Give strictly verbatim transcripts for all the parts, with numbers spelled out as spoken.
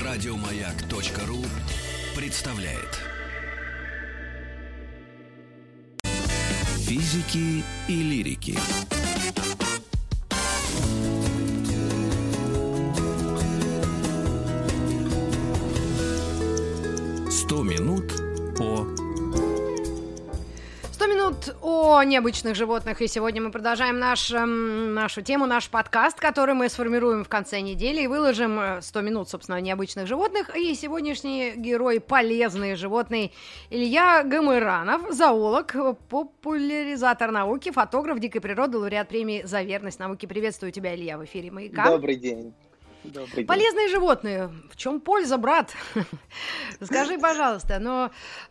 Радиомаяк.ру представляет Физики и лирики. Сто минут о... сто минут о необычных животных, и сегодня мы продолжаем наш, эм, нашу тему, наш подкаст, который мы сформируем в конце недели и выложим сто минут, собственно, о необычных животных. И сегодняшний герой — полезные животные Илья Гамыранов, зоолог, популяризатор науки, фотограф дикой природы, лауреат премии за верность науке. Приветствую тебя, Илья, в эфире «Маяка». Добрый день. Добрый день. Полезные животные. В чем польза, брат? Скажи, пожалуйста, но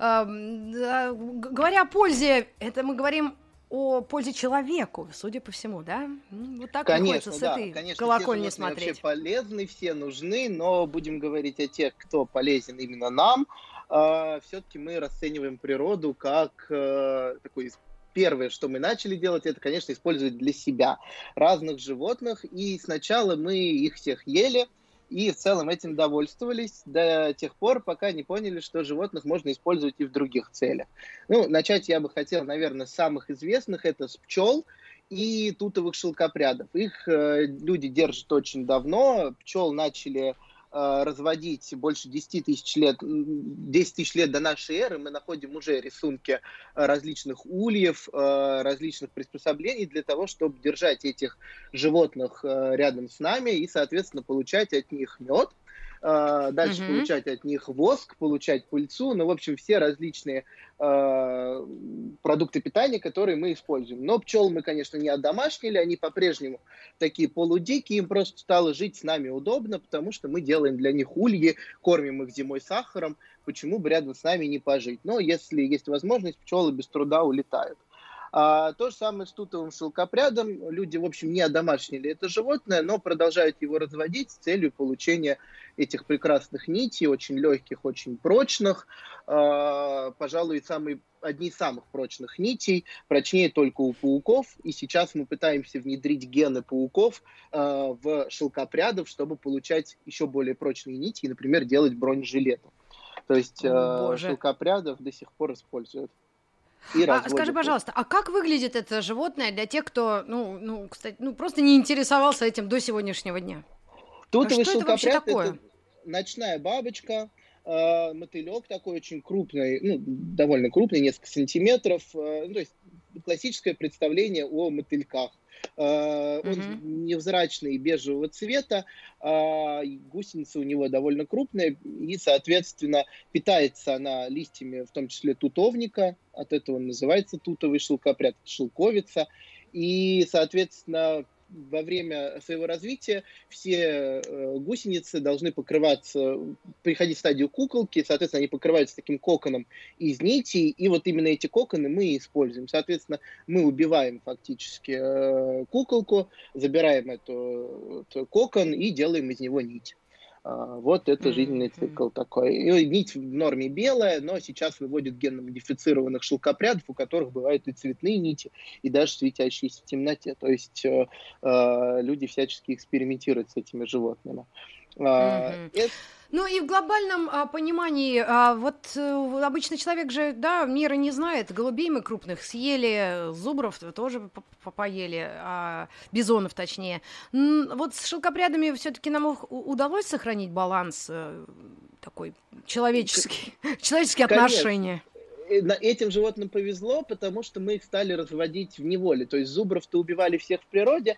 э, говоря о пользе, это мы говорим о пользе человеку, судя по всему, да? Вот так конечно, приходится с да, этой конечно, колокольни все животные смотреть. вообще полезны, все нужны, но будем говорить о тех, кто полезен именно нам. Э, все-таки мы расцениваем природу как э, такой Первое, что мы начали делать, это, конечно, использовать для себя разных животных. И сначала мы их всех ели и в целом этим довольствовались до тех пор, пока не поняли, что животных можно использовать и в других целях. Ну, начать я бы хотел, наверное, с самых известных. Это с пчел и тутовых шелкопрядов. Их э, люди держат очень давно. Пчел начали разводить больше десять тысяч лет, десять тысяч лет до нашей эры. Мы находим уже рисунки различных ульев, различных приспособлений для того, чтобы держать этих животных рядом с нами и, соответственно, получать от них мед, дальше Мгм. получать от них воск, получать пыльцу, ну, в общем, все различные э, продукты питания, которые мы используем. Но пчел мы, конечно, не одомашнили, они по-прежнему такие полудикие, им просто стало жить с нами удобно, потому что мы делаем для них ульи, кормим их зимой сахаром, почему бы рядом с нами не пожить. Но если есть возможность, пчелы без труда улетают. А, то же самое с тутовым шелкопрядом. Люди, в общем, не одомашнили это животное, но продолжают его разводить с целью получения этих прекрасных нитей, очень легких, очень прочных. А, пожалуй, самые, одни из самых прочных нитей, прочнее только у пауков. И сейчас мы пытаемся внедрить гены пауков а, в шелкопрядов, чтобы получать еще более прочные нити и, например, делать бронежилеты. То есть а, шелкопрядов до сих пор используют. А скажи, пожалуйста, а как выглядит это животное для тех, кто, ну, ну, кстати, ну, просто не интересовался этим до сегодняшнего дня? Тутовый а что это вообще такое? Это ночная бабочка, э, мотылек такой очень крупный, ну, довольно крупный, несколько сантиметров. Э, ну, то есть классическое представление о мотыльках. Uh, он Мгм. невзрачный, бежевого цвета, uh, гусеница у него довольно крупная, и, соответственно, питается она листьями, в том числе тутовника, от этого он называется тутовый шелкопряд, шелковица, и, соответственно, во время своего развития все э, гусеницы должны покрываться, приходить в стадию куколки, соответственно, они покрываются таким коконом из нитей, и вот именно эти коконы мы и используем. Соответственно, мы убиваем фактически э, куколку, забираем эту, эту кокон и делаем из него нить. Вот это жизненный цикл такой. И нить в норме белая, но сейчас выводят генно-модифицированных шелкопрядов, у которых бывают и цветные нити, и даже светящиеся в темноте. То есть э, э, люди всячески экспериментируют с этими животными. Мгм. Это... Ну и в глобальном а, понимании, а, вот а, обычный человек же, да, мира не знает. Голубей мы крупных съели, зубров тоже поели, а, бизонов точнее. М- вот с шелкопрядами все-таки нам удалось сохранить баланс а, такой человеческий, человеческие отношения. Этим животным повезло, потому что мы их стали разводить в неволе. То есть зубров-то убивали всех в природе,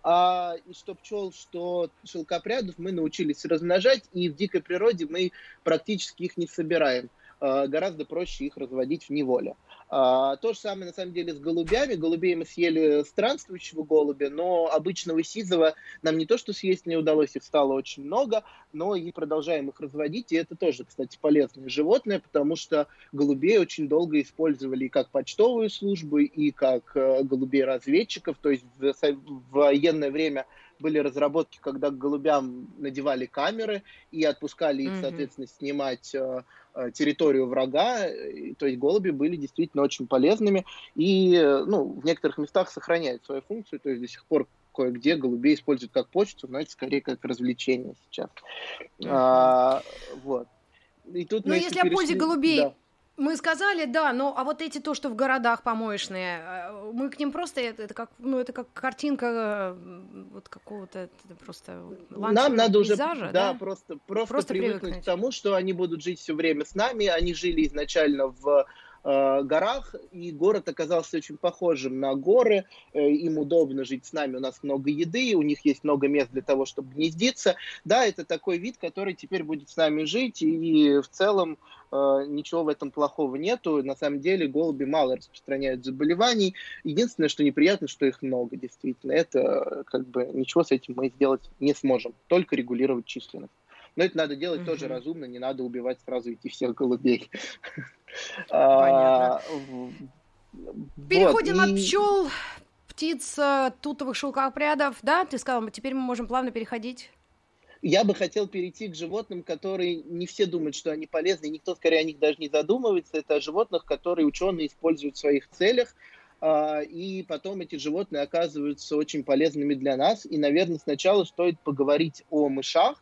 а что пчел, что шелкопрядов мы научились размножать, и в дикой природе мы практически их не собираем. Гораздо проще их разводить в неволе. То же самое, на самом деле, с голубями. Голубей мы съели странствующего голубя, но обычного сизого нам не то что съесть не удалось, их стало очень много, но и продолжаем их разводить. И это тоже, кстати, полезное животное, потому что голубей очень долго использовали и как почтовую службу, и как голубей-разведчиков. То есть в военное время были разработки, когда к голубям надевали камеры и отпускали их, соответственно, снимать э, территорию врага. То есть голуби были действительно очень полезными и, ну, в некоторых местах сохраняют свою функцию. То есть до сих пор кое-где голубей используют как почту, но это скорее как развлечение сейчас. Мгм. А, вот. И тут Ну, мы, если о пользе перешли... голубей Да. мы сказали, да, но а вот эти то, что в городах помоечные, э, мы к ним просто, это, это как, ну, это как картинка э, вот какого-то это просто Нам ландшафтного надо уже, пейзажа, да, да? просто, просто, Просто привыкнуть привыкнуть. к тому, что они будут жить все время с нами. Они жили изначально в э, горах, и город оказался очень похожим на горы. Э, им удобно жить с нами, у нас много еды, у них есть много мест для того, чтобы гнездиться. Да, это такой вид, который теперь будет с нами жить, и в целом э, ничего в этом плохого нету. На самом деле голуби мало распространяют заболеваний. Единственное, что неприятно, что их много, действительно. Это как бы ничего с этим мы сделать не сможем, только регулировать численность. Но это надо делать Мгм. тоже разумно, не надо убивать сразу идти всех голубей. Понятно. А, в- Вот, Переходим от и пчел, птиц, э, тутовых шелкопрядов, да? Ты сказал, теперь мы можем плавно переходить. я бы хотел перейти к животным, которые не все думают, что они полезны, и никто скорее о них даже не задумывается. Это о животных, которые ученые используют в своих целях, а, и потом эти животные оказываются очень полезными для нас. И, наверное, сначала стоит поговорить о мышах,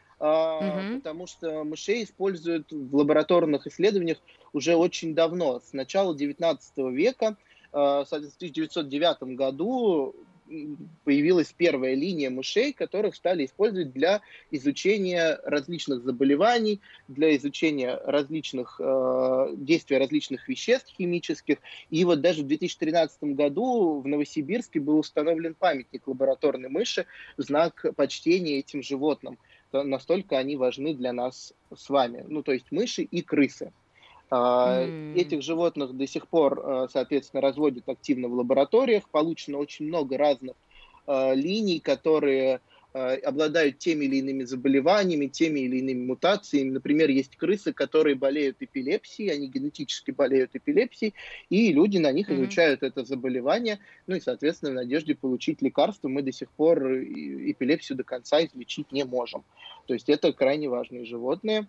а, Мгм. потому что мышей используют в лабораторных исследованиях уже очень давно, с начала девятнадцатого века. А, Соответственно, в тысяча девятьсот девятом году м, появилась первая линия мышей, которых стали использовать для изучения различных заболеваний, для изучения различных э, действий различных веществ химических. И вот даже в две тысячи тринадцатом году в Новосибирске был установлен памятник лабораторной мыши в знак почтения этим животным. То- Настолько они важны для нас с вами. Ну, то есть мыши и крысы. А, М. Этих животных до сих пор, а, соответственно, разводят активно в лабораториях. Получено очень много разных а, линий, которые а, обладают теми или иными заболеваниями, теми или иными мутациями. Например, есть крысы, которые болеют эпилепсией, они генетически болеют эпилепсией, и люди на них Мгм. изучают это заболевание, ну и, соответственно, в надежде получить лекарство мы до сих пор и- эпилепсию до конца излечить не можем. То есть это крайне важные животные.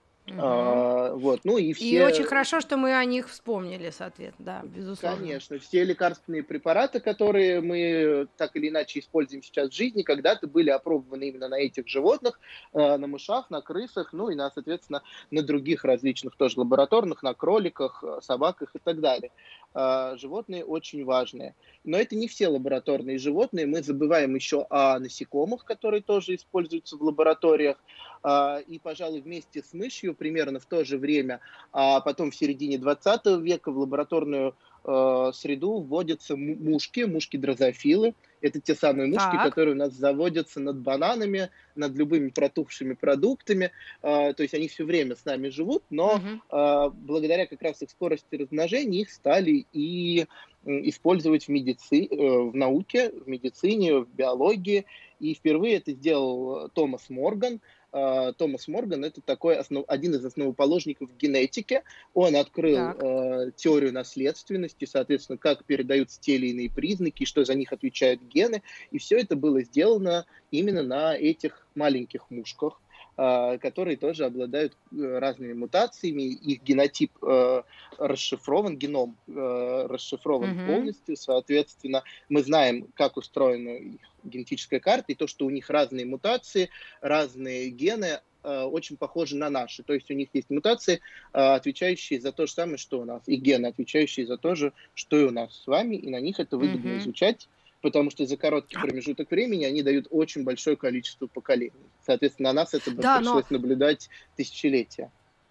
Мгм. А, вот, ну и И очень все, хорошо, что мы о них вспомнили, соответственно, да, безусловно. конечно, все лекарственные препараты, которые мы так или иначе используем сейчас в жизни, когда-то были опробованы именно на этих животных, э, на мышах, на крысах, ну и на, соответственно, на других различных тоже лабораторных, на кроликах, э, собаках и так далее. А, Животные очень важные. Но это не все лабораторные животные. Мы забываем еще о насекомых, которые тоже используются в лабораториях. А, И, пожалуй, вместе с мышью примерно в то же время, а потом в середине двадцатого века в лабораторную э, среду вводятся му- мушки, мушки-дрозофилы. Это те самые мушки, Так. которые у нас заводятся над бананами, над любыми протухшими продуктами. Э, то есть они все время с нами живут, но Мгм. э, благодаря как раз их скорости размножения их стали и м, использовать в, медици... э, в науке, в медицине, в биологии. И впервые это сделал э, Томас Морган. Э, Томас Морган – это такой основ... один из основоположников генетики. Он открыл Так. э, теорию наследственности, соответственно, как передаются те или иные признаки, что за них отвечают гены. И все это было сделано именно на этих маленьких мушках, э, которые тоже обладают э, разными мутациями. Их генотип э, расшифрован, геном э, расшифрован Мгм. полностью. Соответственно, мы знаем, как устроена их генетическая карта, и то, что у них разные мутации, разные гены, э, очень похожи на наши. То есть у них есть мутации, э, отвечающие за то же самое, что у нас, и гены, отвечающие за то же, что и у нас с вами, и на них это выгодно Мгм. изучать, потому что за короткий А, промежуток времени они дают очень большое количество поколений. Соответственно, на нас это бы Да, но пришлось наблюдать тысячелетия.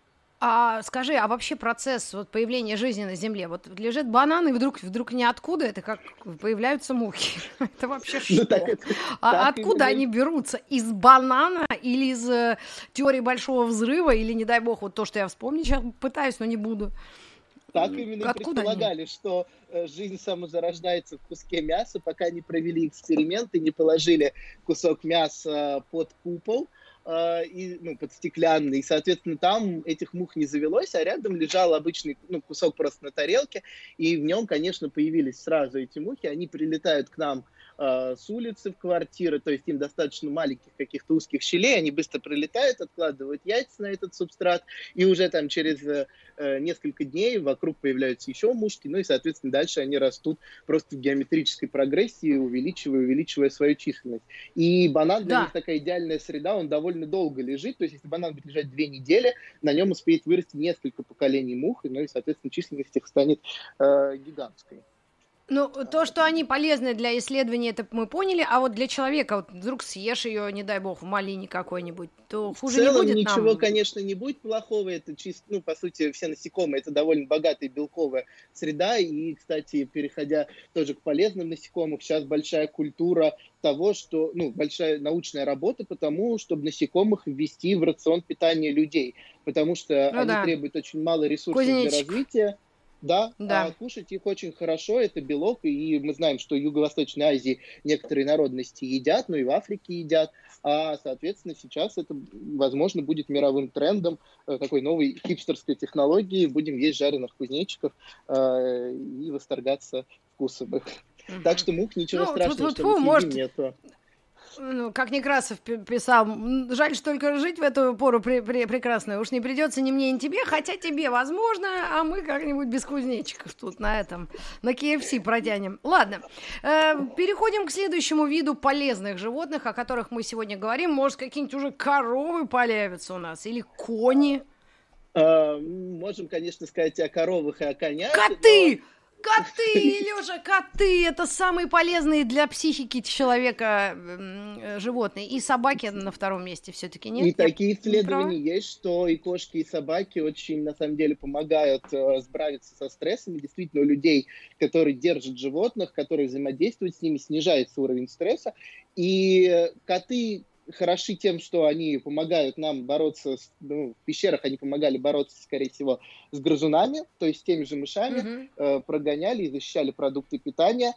а скажи, а вообще процесс вот появления жизни на Земле, вот лежит банан, и вдруг, вдруг ниоткуда, это как появляются мухи. Это вообще Ну, так, что? это, А так откуда именно и они берутся? Из банана или из э, теории Большого Взрыва, или, не дай бог, вот то, что я вспомнить сейчас пытаюсь, но не буду. Так М, именно и Откуда они? предполагали, что э, жизнь самозарождается в куске мяса, пока не провели эксперименты, не положили кусок мяса под купол, э, и, ну, под стеклянный. И, соответственно, там этих мух не завелось, а рядом лежал обычный, ну, кусок просто на тарелке, и в нем, конечно, появились сразу эти мухи. Они прилетают к нам э, э, с улицы в квартиры, то есть им достаточно маленьких каких-то узких щелей, они быстро прилетают, откладывают яйца на этот субстрат, и уже там через э, несколько дней вокруг появляются еще мушки, ну и, соответственно, дальше они растут просто в геометрической прогрессии, увеличивая, увеличивая свою численность. И банан для Да. них такая идеальная среда, он довольно долго лежит, то есть если банан будет лежать две недели, на нем успеет вырасти несколько поколений мух, ну и, соответственно, численность их станет э, гигантской. Ну, то, что они полезны для исследования, это мы поняли, а вот для человека, вот вдруг съешь ее, не дай бог, в малине какой-нибудь, то хуже в целом, не будет ничего, нам? конечно, не будет плохого, это чисто, ну, по сути, все насекомые, это довольно богатая белковая среда, и, кстати, переходя тоже к полезным насекомым, сейчас большая культура того, что, ну, большая научная работа по тому, чтобы насекомых ввести в рацион питания людей, потому что Ну они да. требуют очень мало ресурсов для Кузнечик. развития. Да, Да. а кушать их очень хорошо, это белок, и мы знаем, что в Юго-Восточной Азии некоторые народности едят, ну и в Африке едят, а, соответственно, сейчас это, возможно, будет мировым трендом э, такой новой хипстерской технологии, будем есть жареных кузнечиков э, и восторгаться вкусом их. Мгм. Так что мух, ничего Ну, страшного, что тьфу-тьфу-тьфу, мы съедим, может, нету. Ну, как Некрасов пи- писал, «М, жаль, что только жить в эту пору при- при- прекрасную. Уж не придется ни мне, ни тебе, хотя тебе возможно, а мы как-нибудь без кузнечиков тут на этом, на кей эф си протянем. Ладно, э, переходим к следующему виду полезных животных, о которых мы сегодня говорим. Может, какие-нибудь уже коровы появятся у нас или кони? Э, можем, конечно, сказать о коровах и о конях. Коты! но- Коты, Илюша, коты! Это самые полезные для психики человека м, животные. И собаки на втором месте все-таки, нет? И Я такие не исследования права? есть, что и кошки, и собаки очень, на самом деле, помогают э, справиться со стрессами. Действительно, у людей, которые держат животных, которые взаимодействуют с ними, снижается уровень стресса. И э, коты хороши тем, что они помогают нам бороться, с, ну, в пещерах они помогали бороться, скорее всего, с грызунами, то есть с теми же мышами, Мгм. э, прогоняли и защищали продукты питания.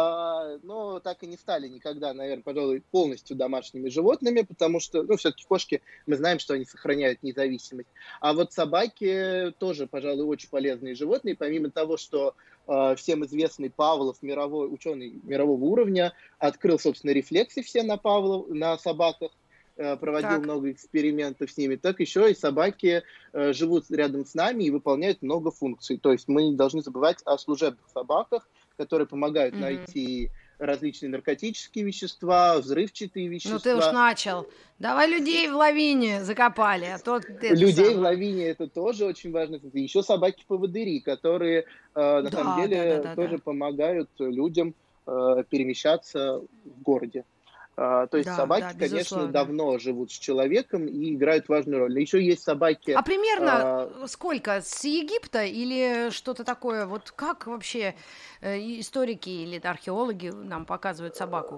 А, но так и не стали никогда, наверное, пожалуй, полностью домашними животными, потому что, ну, все-таки кошки, мы знаем, что они сохраняют независимость. А вот собаки тоже, пожалуй, очень полезные животные, помимо того, что э, всем известный Павлов, мировой ученый мирового уровня, открыл, собственно, рефлексы все на Павлов, на собаках, э, проводил Так. много экспериментов с ними, так еще и собаки э, живут рядом с нами и выполняют много функций. То есть мы не должны забывать о служебных собаках, которые помогают Мгм. найти различные наркотические вещества, взрывчатые вещества. Ну ты уж начал. Давай людей в лавине закопали, а то это Людей в самое. лавине это тоже очень важно. И еще собаки-поводыри, которые э, на Да, самом да, деле да, да, тоже да. помогают людям э, перемещаться в городе. Э, то есть Да, собаки, да, конечно, безусловно. давно живут с человеком и играют важную роль. Еще есть собаки. А примерно э, сколько? С Египта или что-то такое? Вот как вообще э, историки или археологи нам показывают собаку?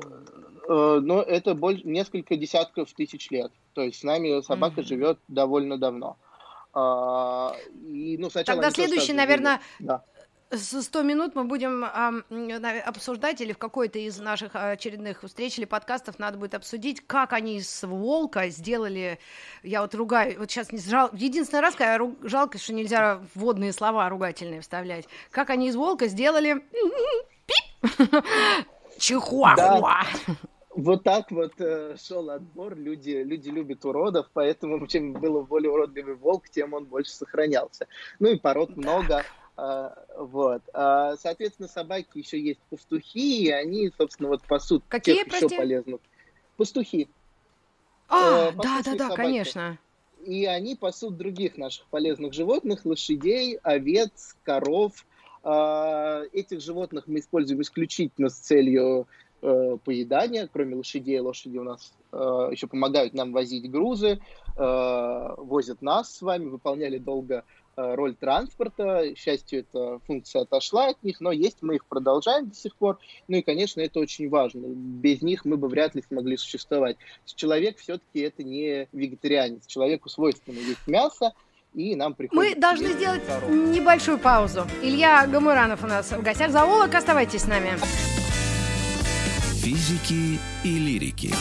Э, Но это больше, несколько десятков тысяч лет. То есть с нами собака Мгм. живет довольно давно. А, И, ну, сначала Тогда они тоже следующий, так же жили. наверное, Да. с сто минут мы будем ам, нав- обсуждать, или в какой-то из наших очередных встреч или подкастов надо будет обсудить, как они из волка сделали, я вот ругаю, вот сейчас не жал, единственный раз, когда я ру- жалко, что нельзя вводные слова ругательные вставлять, как они из волка сделали чихуахуа. Вот так вот э, шел отбор. Люди, люди любят уродов, поэтому чем был более уродливый волк, тем он больше сохранялся. Ну и пород много. э, вот. А, соответственно, собаки еще есть пастухи, и они, собственно, вот пасут Какие, тех еще прости? полезных. Пастухи. А, Э, да, пастушьи да, да, собаки. конечно. И они пасут других наших полезных животных, лошадей, овец, коров. А, Этих животных мы используем исключительно с целью э, поедания. Кроме лошадей, лошади у нас э, еще помогают нам возить грузы, э, возят нас с вами, выполняли долго э, роль транспорта. К счастью, эта функция отошла от них, но есть мы их продолжаем до сих пор. Ну и, конечно, это очень важно. Без них мы бы вряд ли смогли существовать. Человек все-таки это не вегетарианец. Человеку свойственно есть мясо, и нам приходится... Мы должны есть сделать корову. небольшую паузу. Илья Гамуранов у нас в гостях. Зоолог, оставайтесь с нами. Физики и лирики.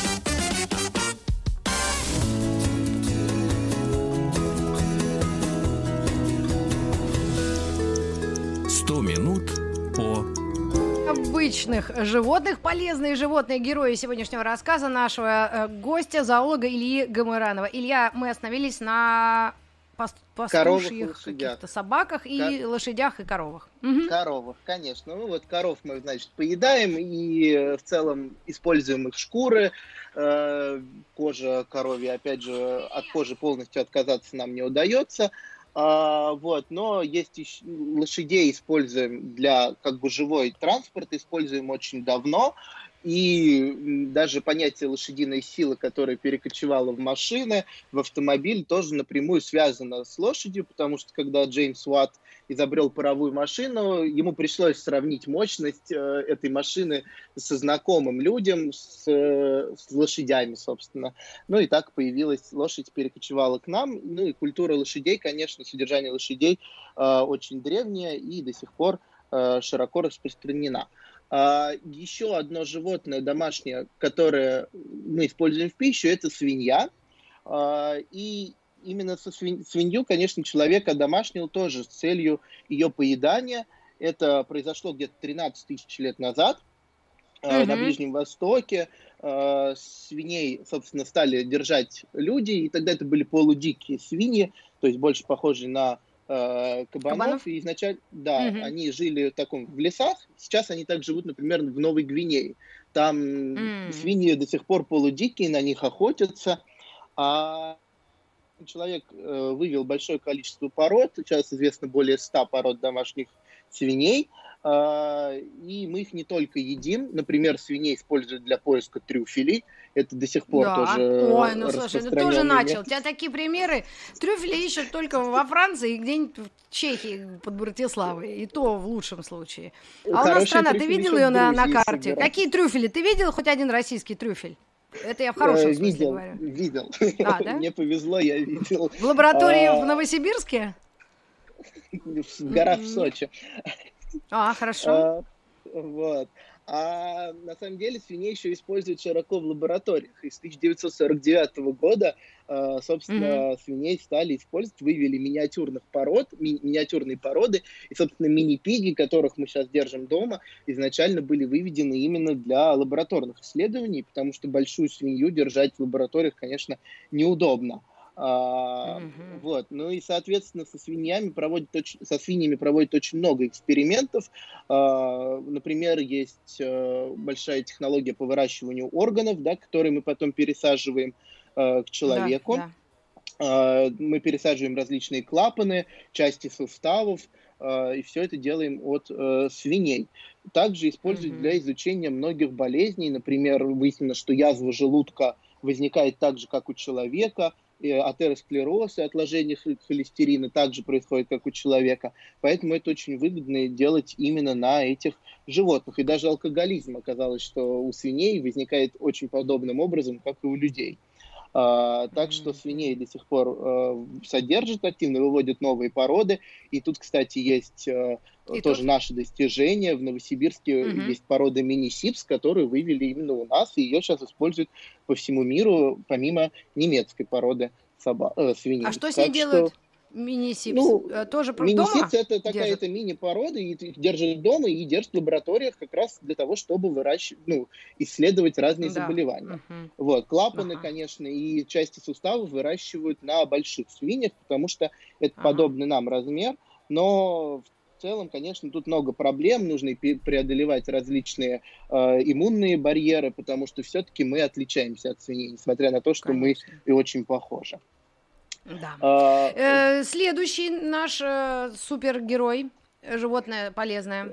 Сто минут по... необычных животных. Полезные животные, герои сегодняшнего рассказа нашего э, гостя, зоолога Ильи Гамыранова. Илья, мы остановились на пас- пастушьих каких-то собаках и Кор... лошадях и коровах. Угу. Коровах, конечно. Ну вот коров мы, значит, поедаем и в целом используем их шкуры. Э, кожа коровья, опять же, от кожи полностью отказаться нам не удается. А, вот, но есть еще лошадей используем для как бы живой транспорт, используем очень давно, и даже понятие лошадиной силы, которая перекочевала в машины, в автомобиль, тоже напрямую связано с лошадью, потому что когда Джеймс Уатт изобрел паровую машину, ему пришлось сравнить мощность э, этой машины со знакомым людям, с, э, с лошадями, собственно. Ну и так появилась лошадь, перекочевала к нам. Ну и культура лошадей, конечно, содержание лошадей э, очень древнее и до сих пор э, широко распространена. А, еще одно животное домашнее, которое мы используем в пищу, это свинья. А, и именно со свинь, свинью, конечно, человек одомашнил тоже с целью ее поедания. Это произошло где-то тринадцать тысяч лет назад mm-hmm. на Ближнем Востоке. Свиней, собственно, стали держать люди, и тогда это были полудикие свиньи, то есть больше похожие на кабанов. кабанов. И изначально, да, mm-hmm. они жили в таком в лесах. Сейчас они так живут, например, в Новой Гвинее. Там mm-hmm. свиньи до сих пор полудикие, на них охотятся. А человек э, вывел большое количество пород, сейчас известно более ста пород домашних свиней, э, и мы их не только едим, например, свиней используют для поиска трюфелей, это до сих пор да. тоже Ой, ну слушай, ну тоже начал, у тебя такие примеры, трюфели ищут только во Франции и где-нибудь в Чехии под Братиславой, и то в лучшем случае. А Хорошие у нас страна, ты видел ее на, на карте? Собирать. Какие трюфели? Ты видел хоть один российский трюфель? Это я в хорошем смысле видел, говорю. Видел, а, да? Мне повезло, я видел. В лаборатории а... в Новосибирске? В горах в Сочи. А, хорошо. А, вот. А на самом деле свиней еще используют широко в лабораториях. И с тысяча девятьсот сорок девятого года, собственно, mm-hmm. свиней стали использовать, вывели миниатюрных пород, ми- миниатюрные породы. И, собственно, мини-пиги, которых мы сейчас держим дома, изначально были выведены именно для лабораторных исследований, потому что большую свинью держать в лабораториях, конечно, неудобно. А, mm-hmm. Вот, ну и, соответственно, со свиньями проводят очень, со свиньями проводят очень много экспериментов. А, например, есть а, большая технология по выращиванию органов, да, которые мы потом пересаживаем а, к человеку. Да, да. А, мы пересаживаем различные клапаны, части суставов, а, и все это делаем от а, свиней. Также используют mm-hmm. для изучения многих болезней. Например, выяснено, что язва желудка возникает так же, как у человека. Атеросклероз и отложение холестерина также происходит, как у человека. Поэтому это очень выгодно делать именно на этих животных. И даже алкоголизм оказалось, что у свиней возникает очень подобным образом, как и у людей. А, так что свиней до сих пор а, содержат активно, выводят новые породы. И тут, кстати, есть а, тоже тут? наши достижения. В Новосибирске угу. есть порода мини-сипс, которую вывели именно у нас, и ее сейчас используют по всему миру, помимо немецкой породы соба- э, свиней. А что с ней так делают? Что... Мини-сипс? Ну, тоже мини-сипс это такая-то мини-порода, и их держат дома и держат в лабораториях как раз для того, чтобы выращивать, ну, исследовать разные да. заболевания. Угу. Вот, клапаны, ага. конечно, и части суставов выращивают на больших свиньях, потому что это ага. подобный нам размер, но в целом, конечно, тут много проблем, нужно преодолевать различные э, иммунные барьеры, потому что все-таки мы отличаемся от свиней, несмотря на то, что конечно. мы и очень похожи. Да. А, э, следующий наш э, супергерой, животное полезное.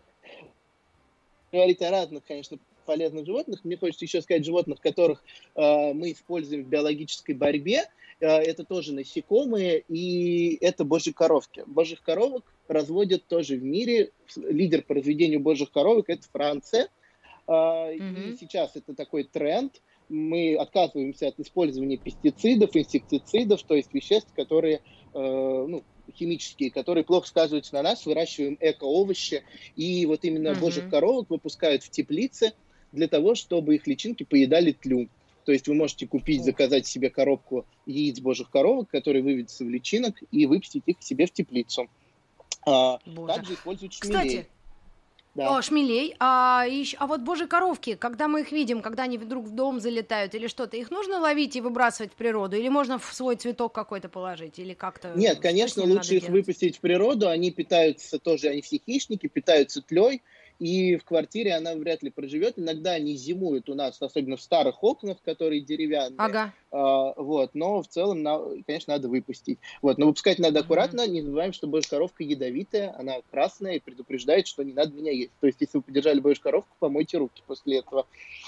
Говорить о разных, конечно, полезных животных. Мне хочется еще сказать животных, которых э, мы используем в биологической борьбе. Э, это тоже насекомые, и это божьи коровки. Божьих коровок разводят тоже в мире. Лидер по разведению божьих коровок – это Франция. Э, mm-hmm. И сейчас это такой тренд. Мы отказываемся от использования пестицидов, инсектицидов, то есть веществ, которые, э, ну, химические, которые плохо сказываются на нас, выращиваем эко-овощи. И вот именно uh-huh. божьих коровок выпускают в теплице для того, чтобы их личинки поедали тлю. То есть вы можете купить, uh-huh. заказать себе коробку яиц божьих коровок, которые выведутся в личинок, и выпустить их к себе в теплицу. А, также используют шмелей. Кстати, Да. О, шмелей. А, ещё- а вот божьи коровки, когда мы их видим, когда они вдруг в дом залетают или что-то, их нужно ловить и выбрасывать в природу? Или можно в свой цветок какой-то положить? Или как-то, Нет, что с конечно, ними лучше надо их делать? выпустить в природу. Они питаются тоже, они все хищники, питаются тлей, и в квартире она вряд ли проживет. Иногда они зимуют у нас, особенно в старых окнах, которые деревянные. Ага. А, вот, но в целом, на- конечно, надо выпустить. Вот, но выпускать надо Мгм. аккуратно. Не забываем, что божья коровка ядовитая, она красная и предупреждает, что не надо меня есть. То есть, если вы подержали божью коровку, помойте руки после этого.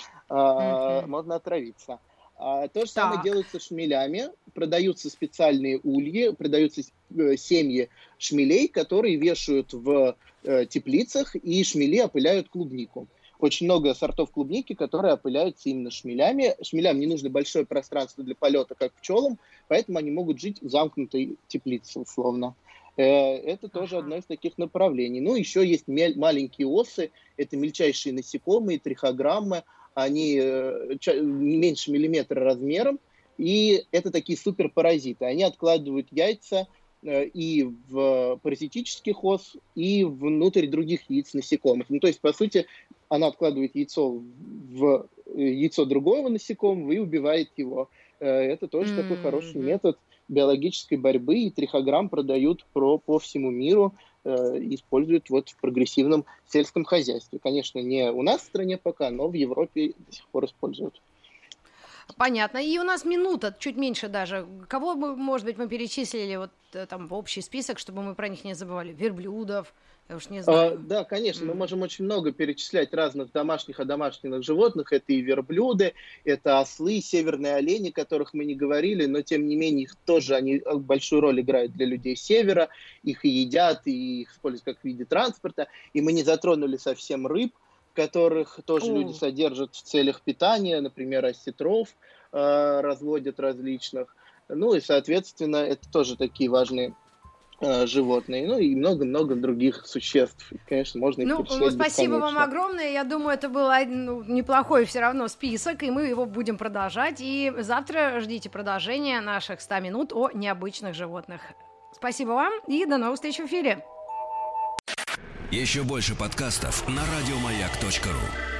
А, Мгм. можно отравиться. А, то же самое Так. делают со шмелями. Продаются специальные ульи, продаются э, семьи шмелей, которые вешают в э, теплицах, и шмели опыляют клубнику. Очень много сортов клубники, которые опыляются именно шмелями. Шмелям не нужно большое пространство для полета, как пчелам, поэтому они могут жить в замкнутой теплице, условно. Э, Это тоже Ага. одно из таких направлений. Ну, еще есть мель- маленькие осы, это мельчайшие насекомые, трихограммы, они э, ча- меньше миллиметра размером, и это такие суперпаразиты. Они откладывают яйца э, и в паразитических ос, и внутрь других яиц насекомых. Ну, то есть, по сути, она откладывает яйцо в э, яйцо другого насекомого и убивает его. Э, Это тоже такой хороший Мгм. метод биологической борьбы, и трихограмм продают про, по всему миру, э, используют вот в прогрессивном сельском хозяйстве. Конечно, не у нас в стране пока, но в Европе до сих пор используют. Понятно. И у нас минута, чуть меньше даже. Кого бы, может быть, мы перечислили вот э, там в общий список, чтобы мы про них не забывали? Верблюдов, я уж не А, знаю. да, конечно, мы М. можем очень много перечислять разных домашних и домашних животных. Это и верблюды, это ослы, северные олени, о которых мы не говорили, но тем не менее их тоже они э, большую роль играют для людей севера. Их и едят, и их используют как в виде транспорта. И мы не затронули совсем рыб, которых тоже люди О, содержат в целях питания, например, осетров э, разводят различных. Ну и, соответственно, это тоже такие важные э, животные, ну и много-много других существ. И, конечно, можно их ну, ну, перечислять спасибо вам бесконечно. огромное. Я думаю, это был один, ну, неплохой все равно список, и мы его будем продолжать. И завтра ждите продолжения наших ста минут о необычных животных. Спасибо вам и до новых встреч в эфире. Еще больше подкастов на радиомаяк точка ру.